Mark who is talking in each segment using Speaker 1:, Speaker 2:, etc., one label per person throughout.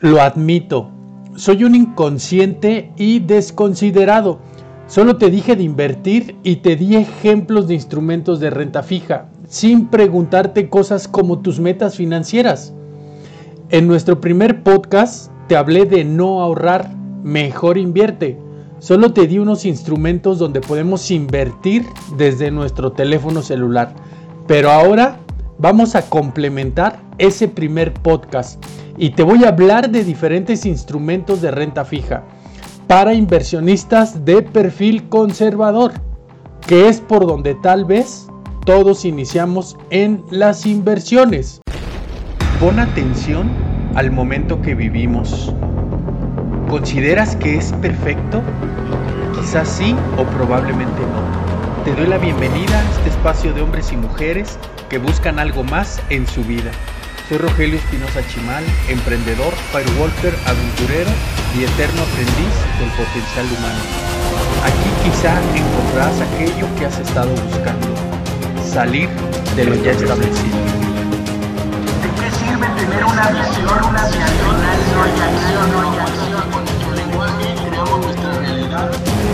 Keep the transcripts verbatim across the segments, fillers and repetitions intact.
Speaker 1: Lo admito, soy un inconsciente y desconsiderado. Solo te dije de invertir y te di ejemplos de instrumentos de renta fija, sin preguntarte cosas como tus metas financieras. En nuestro primer podcast te hablé de no ahorrar, mejor invierte. Solo te di unos instrumentos donde podemos invertir desde nuestro teléfono celular. Pero ahora vamos a complementar ese primer podcast y te voy a hablar de diferentes instrumentos de renta fija para inversionistas de perfil conservador, que es por donde tal vez todos iniciamos en las inversiones. Pon atención al momento que vivimos. ¿Consideras que es perfecto? Quizás sí o probablemente no. Te doy la bienvenida a este espacio de hombres y mujeres que buscan algo más en su vida. Soy Rogelio Espinosa Chimal, emprendedor, firewalker, aventurero y eterno aprendiz del potencial humano. Aquí quizá encontrarás aquello que has estado buscando, salir de lo ya establecido.
Speaker 2: ¿De qué sirve tener una visión, una visión, no hay acción, no hay acción? Con nuestro lenguaje creamos nuestra realidad.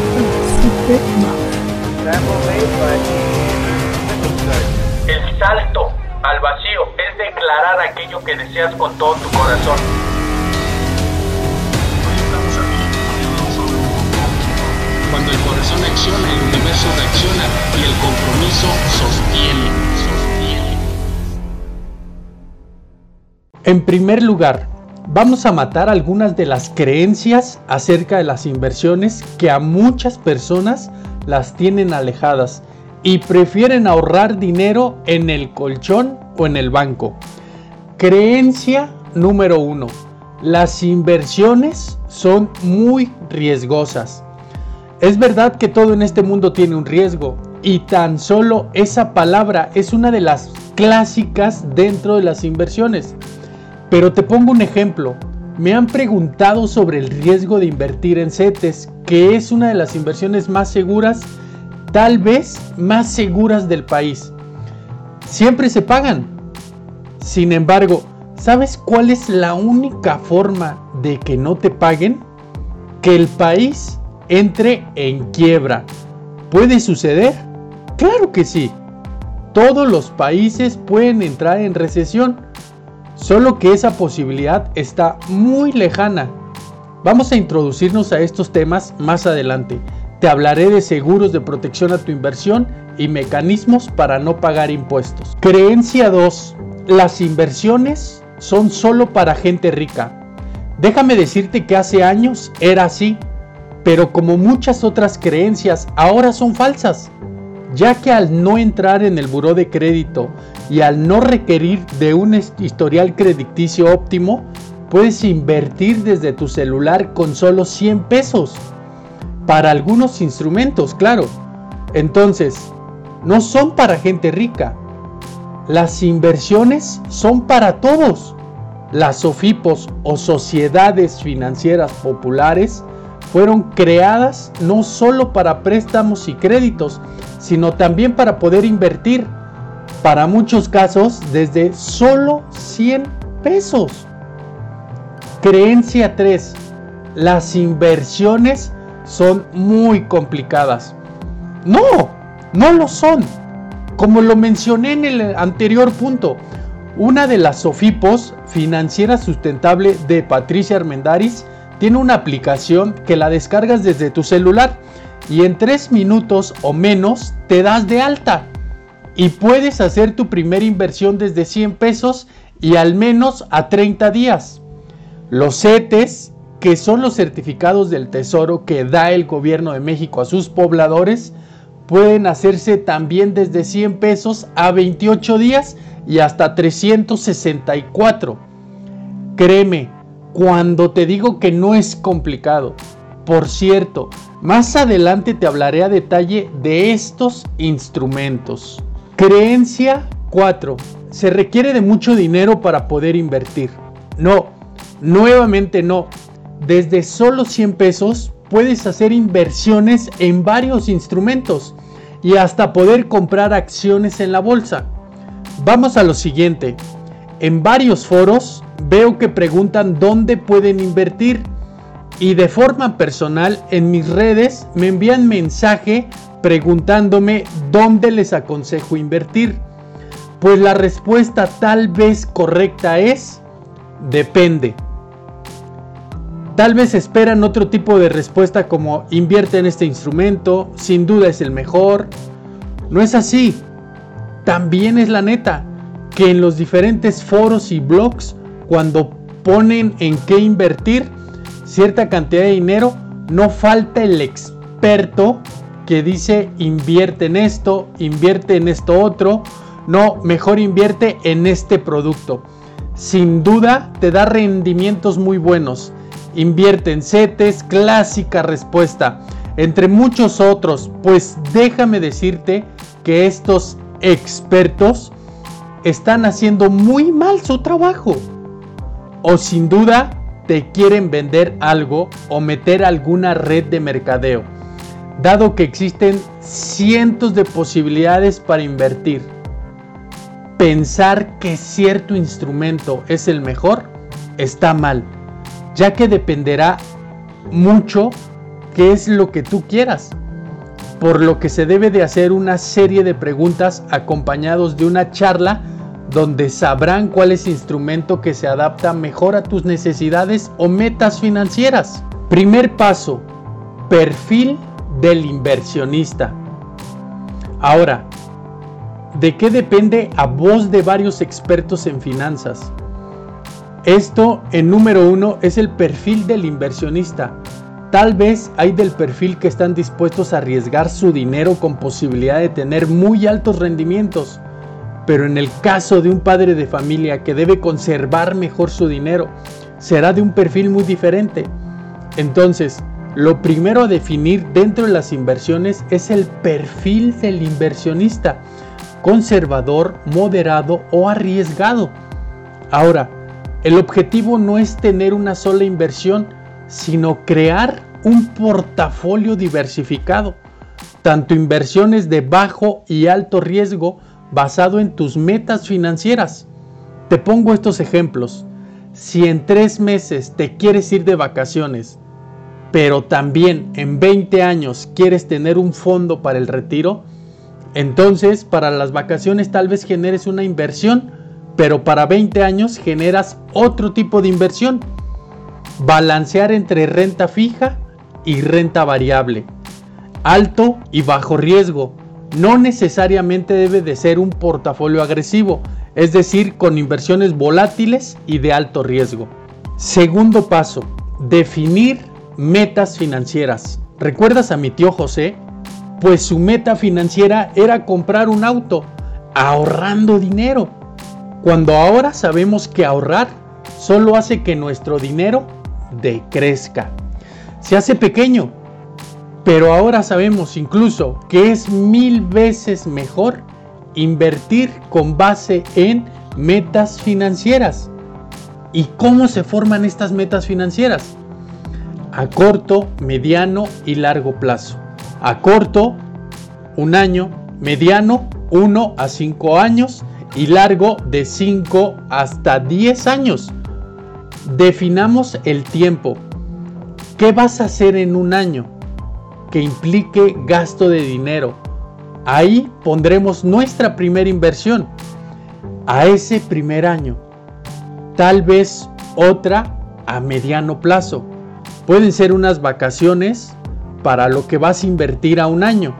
Speaker 2: El salto al vacío es declarar aquello que deseas con todo tu corazón. Cuando el corazón acciona, el universo reacciona y el compromiso sostiene, sostiene.
Speaker 1: En primer lugar, vamos a matar algunas de las creencias acerca de las inversiones que a muchas personas las tienen alejadas y prefieren ahorrar dinero en el colchón o en el banco. Creencia número uno: las inversiones son muy riesgosas. Es verdad que todo en este mundo tiene un riesgo y tan solo esa palabra es una de las clásicas dentro de las inversiones. Pero te pongo un ejemplo. Me han preguntado sobre el riesgo de invertir en CETES, que es una de las inversiones más seguras, tal vez más seguras del país. Siempre se pagan. Sin embargo, ¿sabes cuál es la única forma de que no te paguen? Que el país entre en quiebra. ¿Puede suceder? Claro que sí. Todos los países pueden entrar en recesión. Solo que esa posibilidad está muy lejana. Vamos a introducirnos a estos temas más adelante. Te hablaré de seguros de protección a tu inversión y mecanismos para no pagar impuestos. Creencia dos. Las inversiones son solo para gente rica. Déjame decirte que hace años era así, pero como muchas otras creencias ahora son falsas, ya que al no entrar en el buró de crédito y al no requerir de un historial crediticio óptimo, puedes invertir desde tu celular con solo cien pesos. Para algunos instrumentos, claro. Entonces, no son para gente rica. Las inversiones son para todos. Las SOFIPOS o Sociedades Financieras Populares fueron creadas no solo para préstamos y créditos, sino también para poder invertir, para muchos casos desde solo cien pesos. Creencia tres. Las inversiones son muy complicadas. No, no lo son. Como lo mencioné en el anterior punto, una de las SOFIPOS, Financiera Sustentable de Patricia Armendariz, tiene una aplicación que la descargas desde tu celular y en tres minutos o menos te das de alta y puedes hacer tu primera inversión desde cien pesos y al menos a treinta días. Los CETES, que son los certificados del tesoro que da el gobierno de México a sus pobladores, pueden hacerse también desde cien pesos a veintiocho días y hasta trescientos sesenta y cuatro. Créeme, cuando te digo que no es complicado. Por cierto, más adelante te hablaré a detalle de estos instrumentos. Creencia cuatro. Se requiere de mucho dinero para poder invertir. No, nuevamente no. Desde solo cien pesos puedes hacer inversiones en varios instrumentos y hasta poder comprar acciones en la bolsa. Vamos a lo siguiente. En varios foros veo que preguntan dónde pueden invertir y de forma personal en mis redes me envían mensaje preguntándome dónde les aconsejo invertir. Pues la respuesta tal vez correcta es depende. Tal vez esperan otro tipo de respuesta como invierte en este instrumento, sin duda es el mejor. No es así. También es la neta que en los diferentes foros y blogs, cuando ponen en qué invertir cierta cantidad de dinero, no falta el experto que dice invierte en esto, invierte en esto otro, no, mejor invierte en este producto. Sin duda te da rendimientos muy buenos. Invierte en CETES, clásica respuesta, entre muchos otros. Pues déjame decirte que estos expertos están haciendo muy mal su trabajo. O sin duda te quieren vender algo o meter alguna red de mercadeo, dado que existen cientos de posibilidades para invertir. Pensar que cierto instrumento es el mejor está mal, ya que dependerá mucho qué es lo que tú quieras, por lo que se debe de hacer una serie de preguntas acompañados de una charla donde sabrán cuál es el instrumento que se adapta mejor a tus necesidades o metas financieras. Primer paso, perfil del inversionista. Ahora, ¿de qué depende a voz de varios expertos en finanzas? Esto, en número uno, es el perfil del inversionista. Tal vez hay del perfil que están dispuestos a arriesgar su dinero con posibilidad de tener muy altos rendimientos. Pero en el caso de un padre de familia que debe conservar mejor su dinero, será de un perfil muy diferente. Entonces, lo primero a definir dentro de las inversiones es el perfil del inversionista: conservador, moderado o arriesgado. Ahora, el objetivo no es tener una sola inversión, sino crear un portafolio diversificado, tanto inversiones de bajo y alto riesgo basado en tus metas financieras. Te pongo estos ejemplos. Si en tres meses te quieres ir de vacaciones, pero también en veinte años quieres tener un fondo para el retiro, entonces para las vacaciones tal vez generes una inversión, pero para veinte años generas otro tipo de inversión. Balancear entre renta fija y renta variable, alto y bajo riesgo. No necesariamente debe de ser un portafolio agresivo, es decir, con inversiones volátiles y de alto riesgo. Segundo paso, definir metas financieras. ¿Recuerdas a mi tío José? Pues su meta financiera era comprar un auto, ahorrando dinero. Cuando ahora sabemos que ahorrar solo hace que nuestro dinero decrezca, se hace pequeño. Pero ahora sabemos incluso que es mil veces mejor invertir con base en metas financieras. ¿Y cómo se forman estas metas financieras? A corto, mediano y largo plazo. A corto, un año; mediano, uno a cinco años; y largo, de cinco hasta diez años. Definamos el tiempo. ¿Qué vas a hacer en un año que implique gasto de dinero? Ahí pondremos nuestra primera inversión a ese primer año. Tal vez otra a mediano plazo. Pueden ser unas vacaciones para lo que vas a invertir a un año.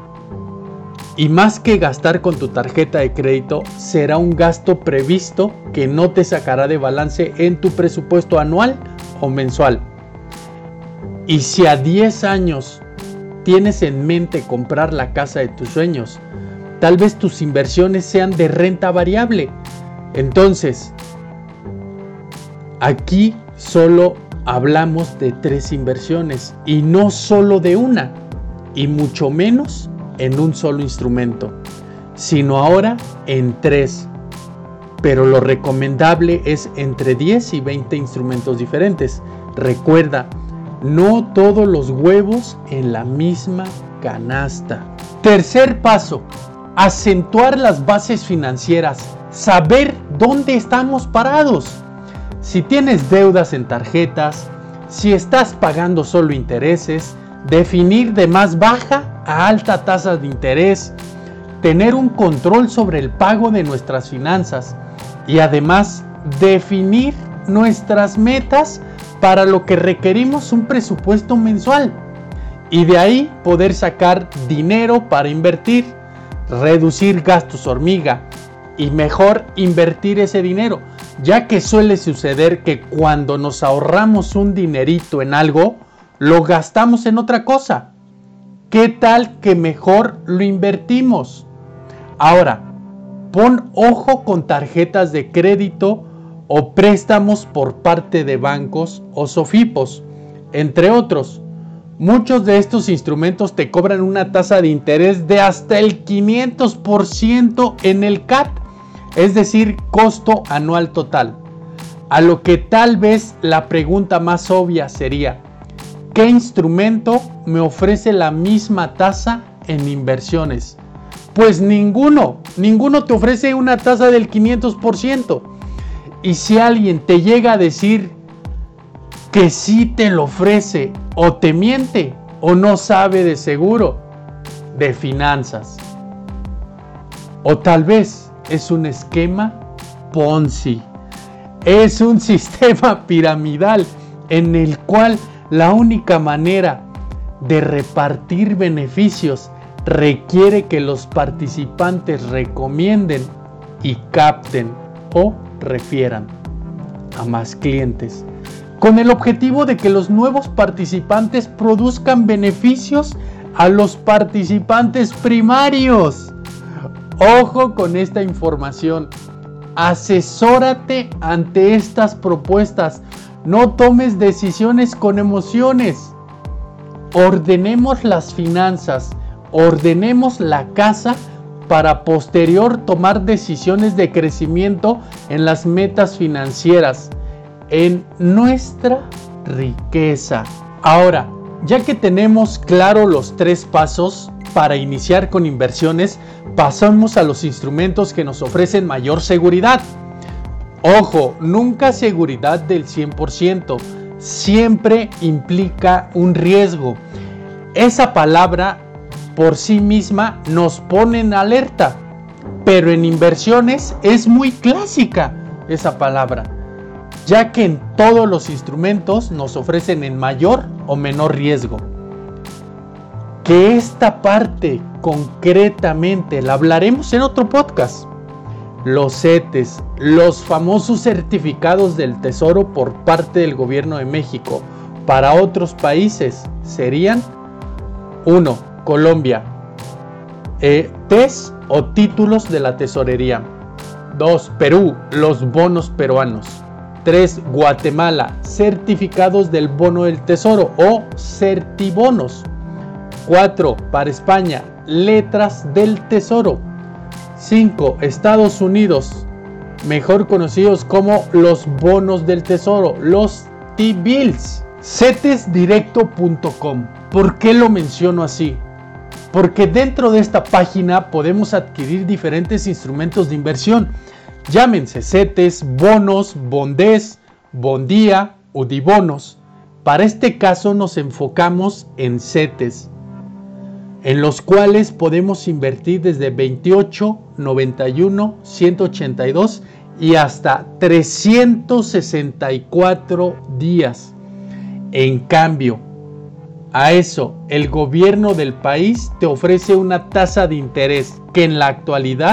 Speaker 1: Y más que gastar con tu tarjeta de crédito, será un gasto previsto que no te sacará de balance en tu presupuesto anual o mensual. Y si a diez años tienes en mente comprar la casa de tus sueños, tal vez tus inversiones sean de renta variable. Entonces, aquí solo hablamos de tres inversiones y no solo de una, y mucho menos en un solo instrumento, sino ahora en tres. Pero lo recomendable es entre diez y veinte instrumentos diferentes. Recuerda, no todos los huevos en la misma canasta. Tercer paso, acentuar las bases financieras, saber dónde estamos parados. si tienes deudas en tarjetas, si estás pagando solo intereses, definir de más baja a alta tasa de interés, tener un control sobre el pago de nuestras finanzas y además definir nuestras metas para lo que requerimos un presupuesto mensual y de ahí poder sacar dinero para invertir, reducir gastos hormiga y mejor invertir ese dinero, ya que suele suceder que cuando nos ahorramos un dinerito en algo, lo gastamos en otra cosa. ¿Qué tal que mejor lo invertimos? Ahora, pon ojo con tarjetas de crédito o préstamos por parte de bancos o sofipos, entre otros. Muchos de estos instrumentos te cobran una tasa de interés de hasta el quinientos por ciento en el C A T, es decir, costo anual total. A lo que tal vez la pregunta más obvia sería, ¿qué instrumento me ofrece la misma tasa en inversiones? Pues ninguno, ninguno te ofrece una tasa del quinientos por ciento. Y si alguien te llega a decir que sí te lo ofrece, o te miente, o no sabe de seguro de finanzas. O tal vez es un esquema Ponzi. Es un sistema piramidal en el cual la única manera de repartir beneficios requiere que los participantes recomienden y capten o refieran a más clientes, con el objetivo de que los nuevos participantes produzcan beneficios a los participantes primarios. Ojo con esta información. Asesórate ante estas propuestas. No tomes decisiones con emociones. Ordenemos las finanzas, ordenemos la casa para posterior tomar decisiones de crecimiento en las metas financieras, en nuestra riqueza. Ahora, ya que tenemos claro los tres pasos para iniciar con inversiones, pasamos a los instrumentos que nos ofrecen mayor seguridad. Ojo, nunca seguridad del cien por ciento, siempre implica un riesgo. Esa palabra por sí misma nos pone en alerta, pero en inversiones es muy clásica esa palabra, ya que en todos los instrumentos nos ofrecen en mayor o menor riesgo. Que esta parte concretamente la hablaremos en otro podcast. Los CETES, los famosos certificados del Tesoro por parte del gobierno de México para otros países serían: uno. Colombia, eh, T E S o títulos de la tesorería. dos. Perú, los bonos peruanos. tres. Guatemala, certificados del bono del tesoro o certibonos. cuatro. Para España, letras del tesoro. cinco. Estados Unidos, mejor conocidos como los bonos del tesoro, los T-bills. cetes directo punto com. ¿Por qué lo menciono así? Porque dentro de esta página podemos adquirir diferentes instrumentos de inversión. Llámense CETES, bonos, bondés, bondía, udibonos. Para este caso nos enfocamos en CETES, en los cuales podemos invertir desde veintiocho, noventa y uno, ciento ochenta y dos y hasta trescientos sesenta y cuatro días. En cambio, a eso, el gobierno del país te ofrece una tasa de interés que en la actualidad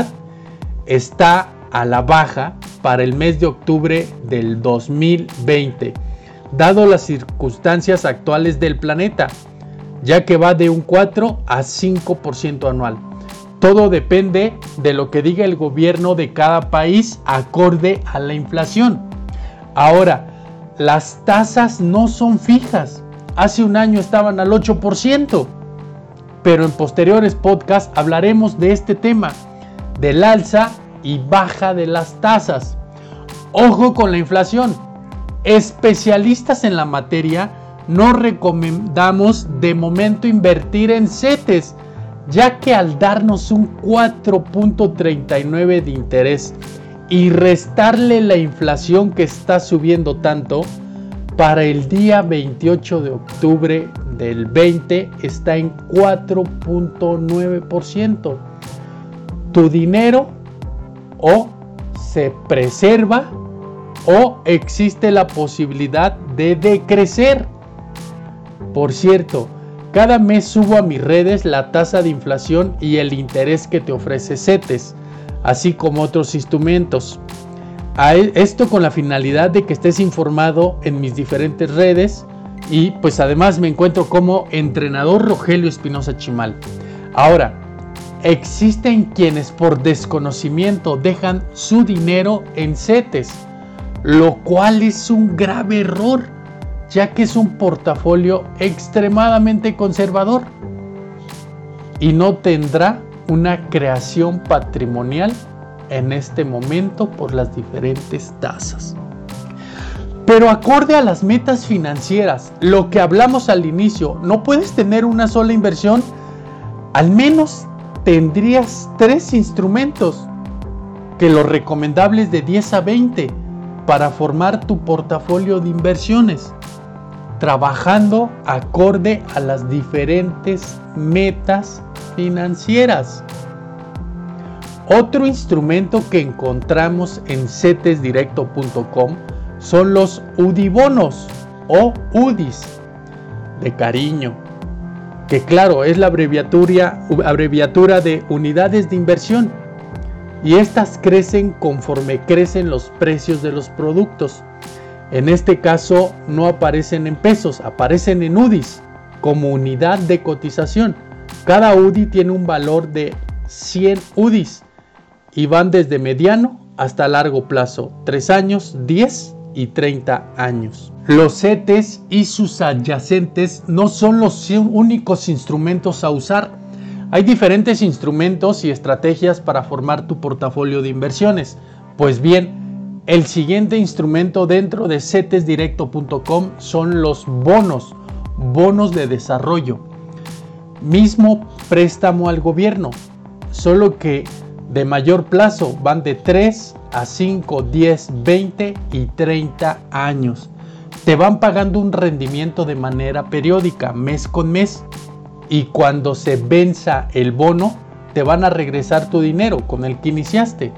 Speaker 1: está a la baja para el mes de octubre del dos mil veinte, dado las circunstancias actuales del planeta, ya que va de un cuatro a cinco por ciento anual. Todo depende de lo que diga el gobierno de cada país acorde a la inflación. Ahora, las tasas no son fijas. Hace un año estaban al ocho por ciento, pero en posteriores podcasts hablaremos de este tema, del alza y baja de las tasas. Ojo con la inflación. Especialistas en la materia no recomendamos de momento invertir en CETES, ya que al darnos un cuatro punto treinta y nueve de interés y restarle la inflación que está subiendo tanto, para el día veintiocho de octubre del veinte está en cuatro punto nueve por ciento. Tu dinero o se preserva o existe la posibilidad de decrecer. Por cierto, cada mes subo a mis redes la tasa de inflación y el interés que te ofrece CETES, así como otros instrumentos. A esto con la finalidad de que estés informado en mis diferentes redes, y pues además me encuentro como entrenador Rogelio Espinosa Chimal. Ahora, existen quienes por desconocimiento dejan su dinero en CETES, lo cual es un grave error, ya que es un portafolio extremadamente conservador y no tendrá una creación patrimonial en este momento por las diferentes tasas. Pero acorde a las metas financieras, lo que hablamos al inicio, no puedes tener una sola inversión, al menos tendrías tres instrumentos, que lo recomendable es de diez a veinte para formar tu portafolio de inversiones, trabajando acorde a las diferentes metas financieras. Otro instrumento que encontramos en cetes directo punto com son los UDIbonos o UDIs de cariño, que claro es la abreviatura, abreviatura de unidades de inversión, y estas crecen conforme crecen los precios de los productos. En este caso no aparecen en pesos, aparecen en UDIs como unidad de cotización. Cada UDI tiene un valor de cien UDIs y van desde mediano hasta largo plazo, tres años, diez y treinta años. Los CETES y sus adyacentes no son los únicos instrumentos a usar. Hay diferentes instrumentos y estrategias para formar tu portafolio de inversiones. Pues bien, el siguiente instrumento dentro de cetes directo punto com son los bonos, bonos de desarrollo. Mismo préstamo al gobierno, solo que de mayor plazo, van de tres a cinco, diez, veinte y treinta años. Te van pagando un rendimiento de manera periódica, mes con mes, y cuando se venza el bono, te van a regresar tu dinero con el que iniciaste.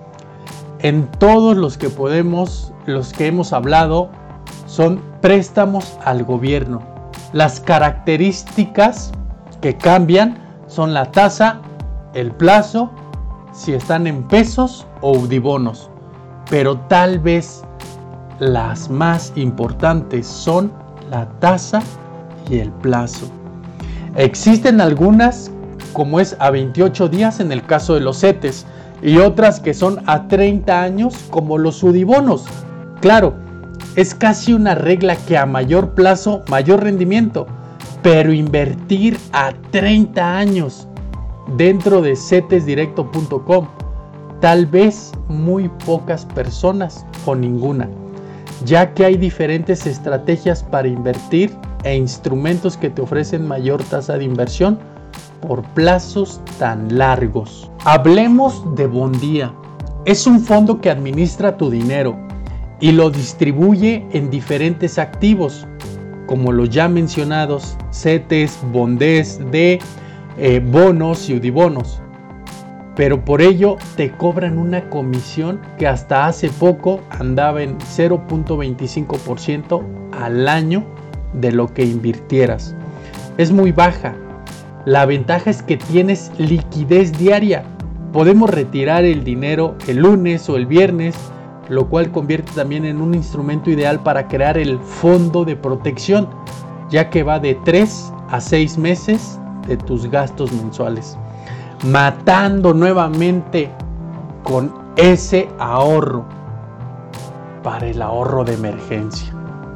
Speaker 1: En todos los que podemos, los que hemos hablado, son préstamos al gobierno. Las características que cambian son la tasa, el plazo, si están en pesos o UDIbonos, pero tal vez las más importantes son la tasa y el plazo. Existen algunas, como es a veintiocho días en el caso de los CETES, y otras que son a treinta años como los UDIbonos. Claro, es casi una regla que a mayor plazo, mayor rendimiento, pero invertir a treinta años dentro de cetes directo punto com, tal vez muy pocas personas o ninguna, ya que hay diferentes estrategias para invertir e instrumentos que te ofrecen mayor tasa de inversión por plazos tan largos. Hablemos de Bondía. Es un fondo que administra tu dinero y lo distribuye en diferentes activos, como los ya mencionados CETES, Bondes, de eh, bonos y UDIbonos. Pero por ello te cobran una comisión que hasta hace poco andaba en cero punto veinticinco por ciento al año de lo que invirtieras. Es muy baja. La ventaja es que tienes liquidez diaria. Podemos retirar el dinero el lunes o el viernes, lo cual convierte también en un instrumento ideal para crear el fondo de protección, ya que va de tres a seis meses de tus gastos mensuales, matando nuevamente con ese ahorro para el ahorro de emergencia.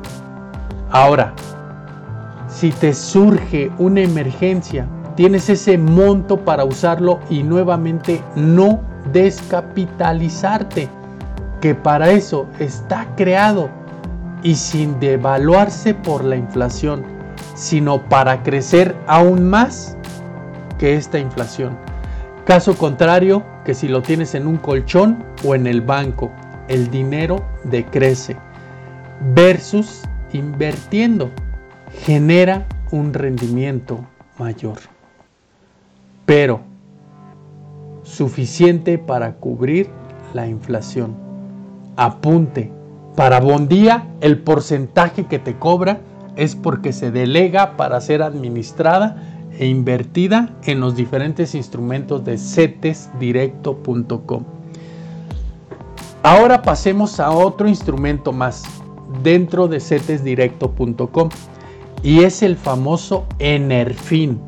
Speaker 1: Ahora, si te surge una emergencia, tienes ese monto para usarlo y nuevamente no descapitalizarte, que para eso está creado y sin devaluarse por la inflación, sino para crecer aún más que esta inflación. Caso contrario, que si lo tienes en un colchón o en el banco, el dinero decrece. Versus invirtiendo, genera un rendimiento mayor, pero suficiente para cubrir la inflación. Apunte, para Bondía el porcentaje que te cobra es porque se delega para ser administrada e invertida en los diferentes instrumentos de cetes directo punto com. Ahora pasemos a otro instrumento más dentro de cetes directo punto com y es el famoso Enerfin.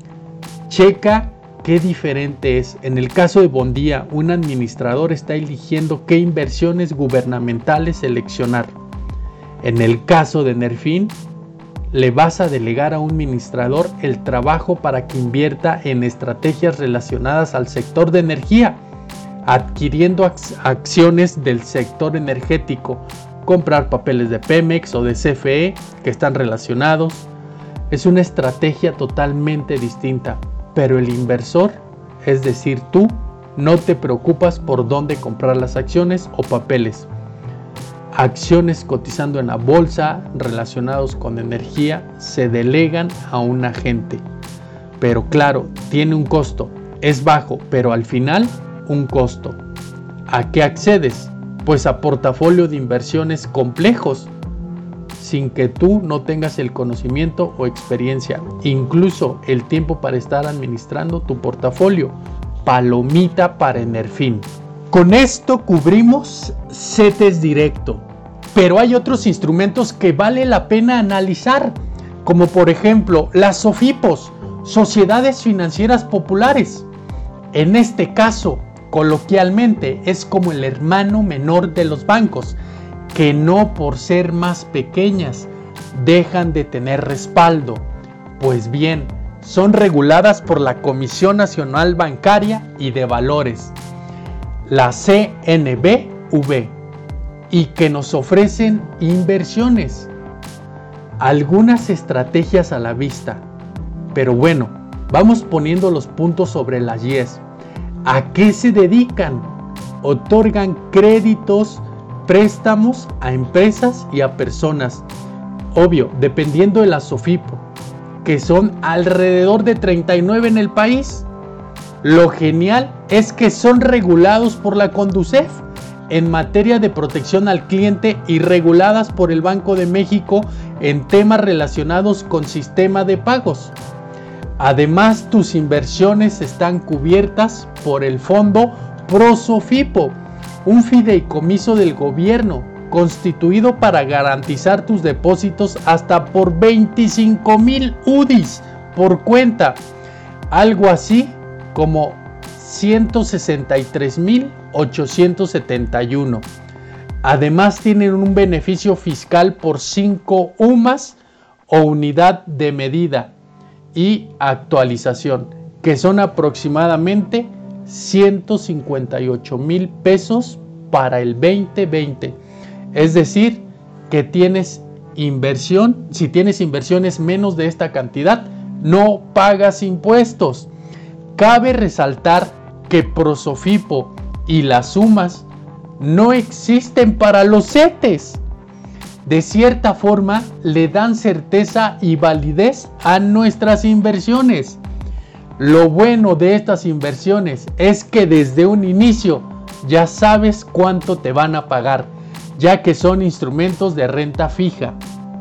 Speaker 1: Checa qué diferente es. En el caso de Bondía, un administrador está eligiendo qué inversiones gubernamentales seleccionar. En el caso de Enerfin, le vas a delegar a un administrador el trabajo para que invierta en estrategias relacionadas al sector de energía, adquiriendo ac- acciones del sector energético, comprar papeles de Pemex o de C F E que están relacionados. Es una estrategia totalmente distinta, pero el inversor, es decir tú, no te preocupas por dónde comprar las acciones o papeles. Acciones cotizando en la bolsa relacionados con energía se delegan a un agente. Pero claro, tiene un costo. Es bajo, pero al final un costo. ¿A qué accedes? Pues a portafolio de inversiones complejos, sin que tú no tengas el conocimiento o experiencia, incluso el tiempo para estar administrando tu portafolio. Palomita para Enerfin. Con esto cubrimos CETES Directo, pero hay otros instrumentos que vale la pena analizar, como por ejemplo las SOFIPOS, Sociedades Financieras Populares. En este caso, coloquialmente, es como el hermano menor de los bancos, que no por ser más pequeñas dejan de tener respaldo. Pues bien, son reguladas por la Comisión Nacional Bancaria y de Valores, la C N B V, y que nos ofrecen inversiones, algunas estrategias a la vista. Pero bueno, vamos poniendo los puntos sobre las íes. ¿A qué se dedican? Otorgan créditos, préstamos a empresas y a personas. Obvio, dependiendo de la SOFIPO, que son alrededor de treinta y nueve en el país. Lo genial es que son regulados por la CONDUCEF en materia de protección al cliente y reguladas por el Banco de México en temas relacionados con sistema de pagos. Además, tus inversiones están cubiertas por el fondo ProSOFIPO, un fideicomiso del gobierno constituido para garantizar tus depósitos hasta por veinticinco mil U D Is por cuenta, algo así como ciento sesenta y tres mil ochocientos setenta y uno. Además tienen un beneficio fiscal por cinco U M As o unidad de medida y actualización, que son aproximadamente ciento cincuenta y ocho mil pesos para el veinte veinte. Es decir, que tienes inversión, si tienes inversiones menos de esta cantidad, no pagas impuestos. Cabe resaltar que ProSOFIPO y las sumas no existen para los CETES. De cierta forma, le dan certeza y validez a nuestras inversiones. Lo bueno de estas inversiones es que desde un inicio ya sabes cuánto te van a pagar, ya que son instrumentos de renta fija.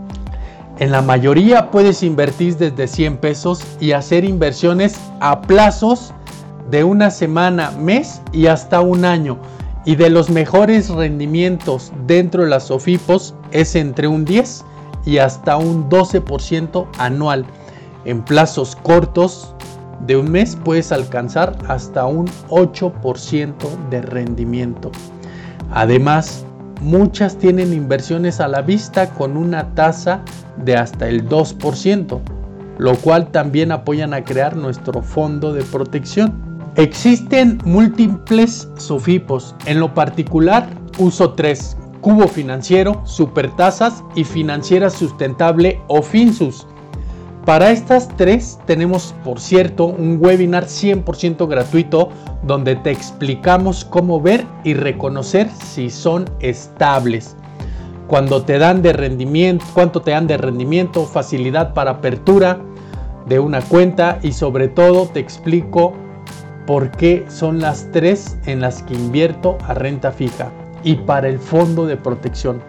Speaker 1: En la mayoría puedes invertir desde cien pesos y hacer inversiones a plazos de una semana, mes y hasta un año. Y de los mejores rendimientos dentro de las SOFIPOS es entre un diez y hasta un doce por ciento anual. En plazos cortos de un mes puedes alcanzar hasta un ocho por ciento de rendimiento. Además, muchas tienen inversiones a la vista con una tasa de hasta el dos por ciento, lo cual también apoyan a crear nuestro fondo de protección. Existen múltiples SOFIPOS, en lo particular uso tres: Cubo Financiero, Supertasas y Financiera Sustentable o FinSUS. Para estas tres tenemos, por cierto, un webinar cien por ciento gratuito donde te explicamos cómo ver y reconocer si son estables. Cuando te dan de rendimiento, cuánto te dan de rendimiento, facilidad para apertura de una cuenta y sobre todo te explico por qué son las tres en las que invierto a renta fija y para el fondo de protección.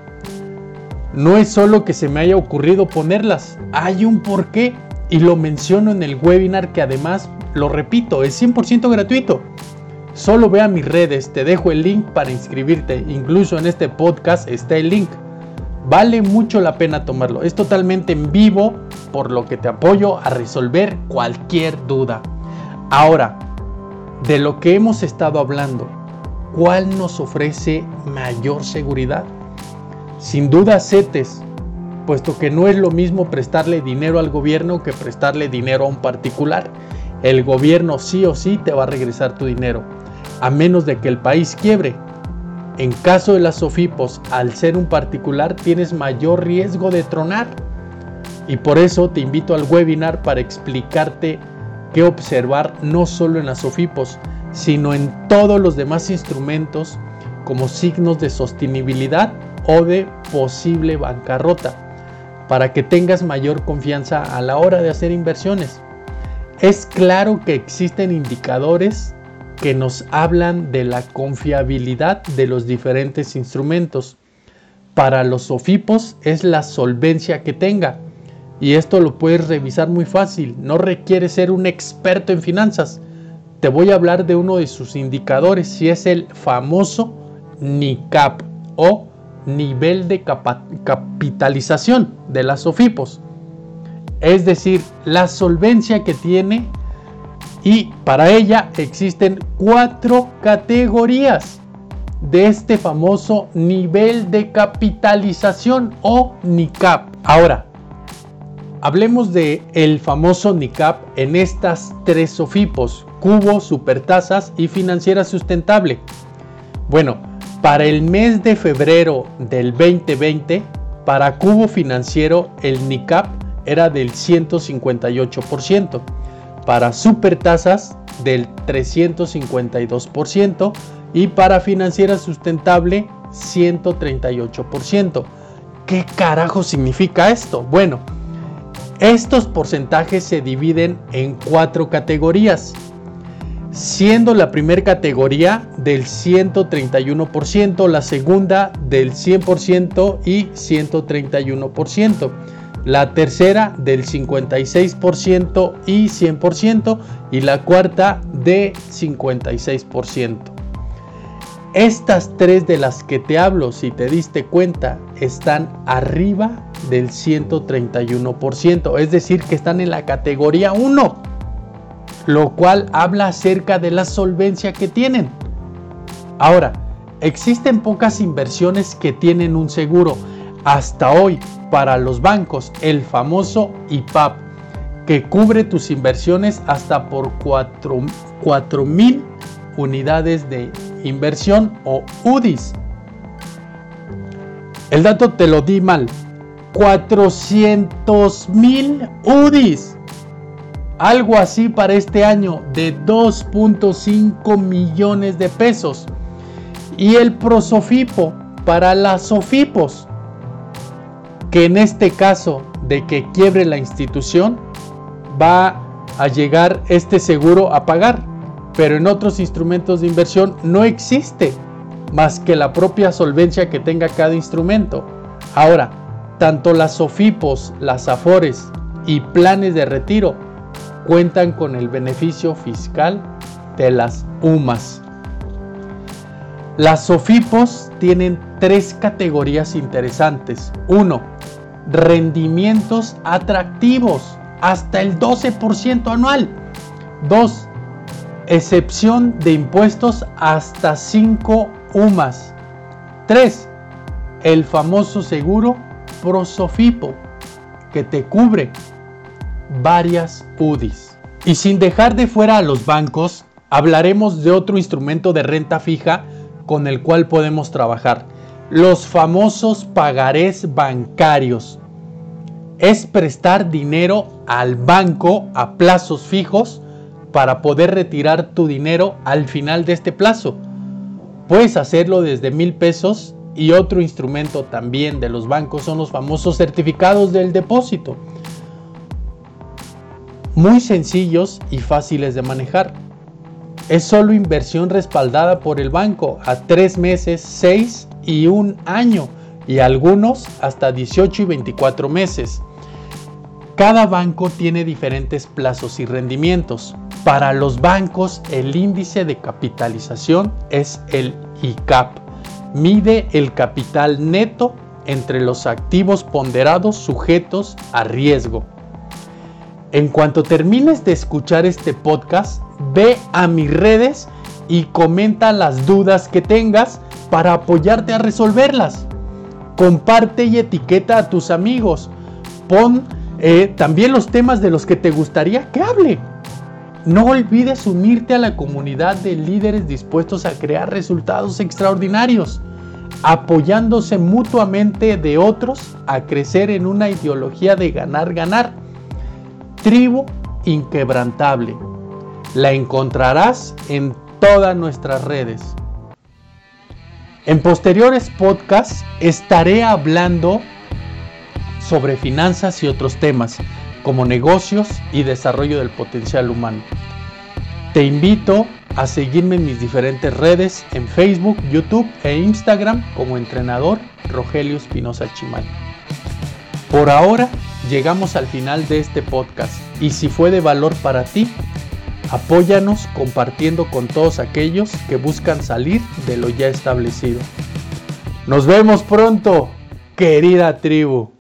Speaker 1: No es solo que se me haya ocurrido ponerlas, hay un porqué y lo menciono en el webinar que además, lo repito, es cien por ciento gratuito. Solo ve a mis redes, te dejo el link para inscribirte, incluso en este podcast está el link. Vale mucho la pena tomarlo, es totalmente en vivo, por lo que te apoyo a resolver cualquier duda. Ahora, de lo que hemos estado hablando, ¿cuál nos ofrece mayor seguridad? Sin duda CETES, puesto que no es lo mismo prestarle dinero al gobierno que prestarle dinero a un particular. El gobierno sí o sí te va a regresar tu dinero, a menos de que el país quiebre. En caso de las SOFIPOS, al ser un particular, tienes mayor riesgo de tronar. Y por eso te invito al webinar para explicarte qué observar no solo en las SOFIPOS, sino en todos los demás instrumentos como signos de sostenibilidad o de posible bancarrota, para que tengas mayor confianza a la hora de hacer inversiones. Es claro que existen indicadores que nos hablan de la confiabilidad de los diferentes instrumentos. Para los SOFIPOS es la solvencia que tenga, y esto lo puedes revisar muy fácil, no requiere ser un experto en finanzas. Te voy a hablar de uno de sus indicadores, y es el famoso NICAP o nivel de capa- capitalización de las SOFIPOS, es decir, la solvencia que tiene, y para ella existen cuatro categorías de este famoso nivel de capitalización o NICAP. Ahora, hablemos de el famoso NICAP en estas tres SOFIPOS: Cubo, Supertasas y Financiera Sustentable. Bueno, para el mes de febrero del veinte veinte, para Cubo Financiero el NICAP era del ciento cincuenta y ocho por ciento, para Supertasas del trescientos cincuenta y dos por ciento y para Financiera Sustentable ciento treinta y ocho por ciento. ¿Qué carajo significa esto? Bueno, estos porcentajes se dividen en cuatro categorías, siendo la primera categoría del ciento treinta y uno por ciento, la segunda del cien por ciento y ciento treinta y uno por ciento, la tercera del cincuenta y seis por ciento y cien por ciento y la cuarta de cincuenta y seis por ciento. Estas tres de las que te hablo, si te diste cuenta, están arriba del ciento treinta y uno por ciento, es decir, que están en la categoría uno. Lo cual habla acerca de la solvencia que tienen. Ahora, existen pocas inversiones que tienen un seguro. Hasta hoy, para los bancos, el famoso I P A P, que cubre tus inversiones hasta por cuatro mil unidades de inversión o U D I s. El dato te lo di mal. cuatrocientos mil U D I s. Algo así para este año, de dos punto cinco millones de pesos. Y el ProSOFIPO para las SOFIPOS, que en este caso de que quiebre la institución, va a llegar este seguro a pagar. Pero en otros instrumentos de inversión no existe más que la propia solvencia que tenga cada instrumento. Ahora, tanto las SOFIPOS, las AFORES y planes de retiro cuentan con el beneficio fiscal de las U M A S. Las SOFIPOS tienen tres categorías interesantes. uno. Rendimientos atractivos, hasta el doce por ciento anual. dos. Excepción de impuestos hasta cinco U M A S. tres. El famoso seguro ProSOFIPO, que te cubre varias U D I s. Y sin dejar de fuera a los bancos, hablaremos de otro instrumento de renta fija con el cual podemos trabajar: los famosos pagarés bancarios. es prestar dinero al banco a plazos fijos para poder retirar tu dinero al final de este plazo. Puedes hacerlo desde mil pesos y otro instrumento también de los bancos son los famosos certificados del depósito. Muy sencillos y fáciles de manejar. Es solo inversión respaldada por el banco a tres meses, seis y un año y algunos hasta dieciocho y veinticuatro meses. Cada banco tiene diferentes plazos y rendimientos. Para los bancos, el índice de capitalización es el I C A P. Mide el capital neto entre los activos ponderados sujetos a riesgo. En cuanto termines de escuchar este podcast, ve a mis redes y comenta las dudas que tengas para apoyarte a resolverlas. Comparte y etiqueta a tus amigos. Pon eh, también los temas de los que te gustaría que hable. No olvides unirte a la comunidad de líderes dispuestos a crear resultados extraordinarios, apoyándose mutuamente de otros a crecer en una ideología de ganar-ganar. Tribu Inquebrantable. La encontrarás en todas nuestras redes. En posteriores podcasts estaré hablando sobre finanzas y otros temas, como negocios y desarrollo del potencial humano. Te invito a seguirme en mis diferentes redes en Facebook, YouTube e Instagram como entrenador Rogelio Espinosa Chimal. Por ahora llegamos al final de este podcast y si fue de valor para ti, apóyanos compartiendo con todos aquellos que buscan salir de lo ya establecido. Nos vemos pronto, querida tribu.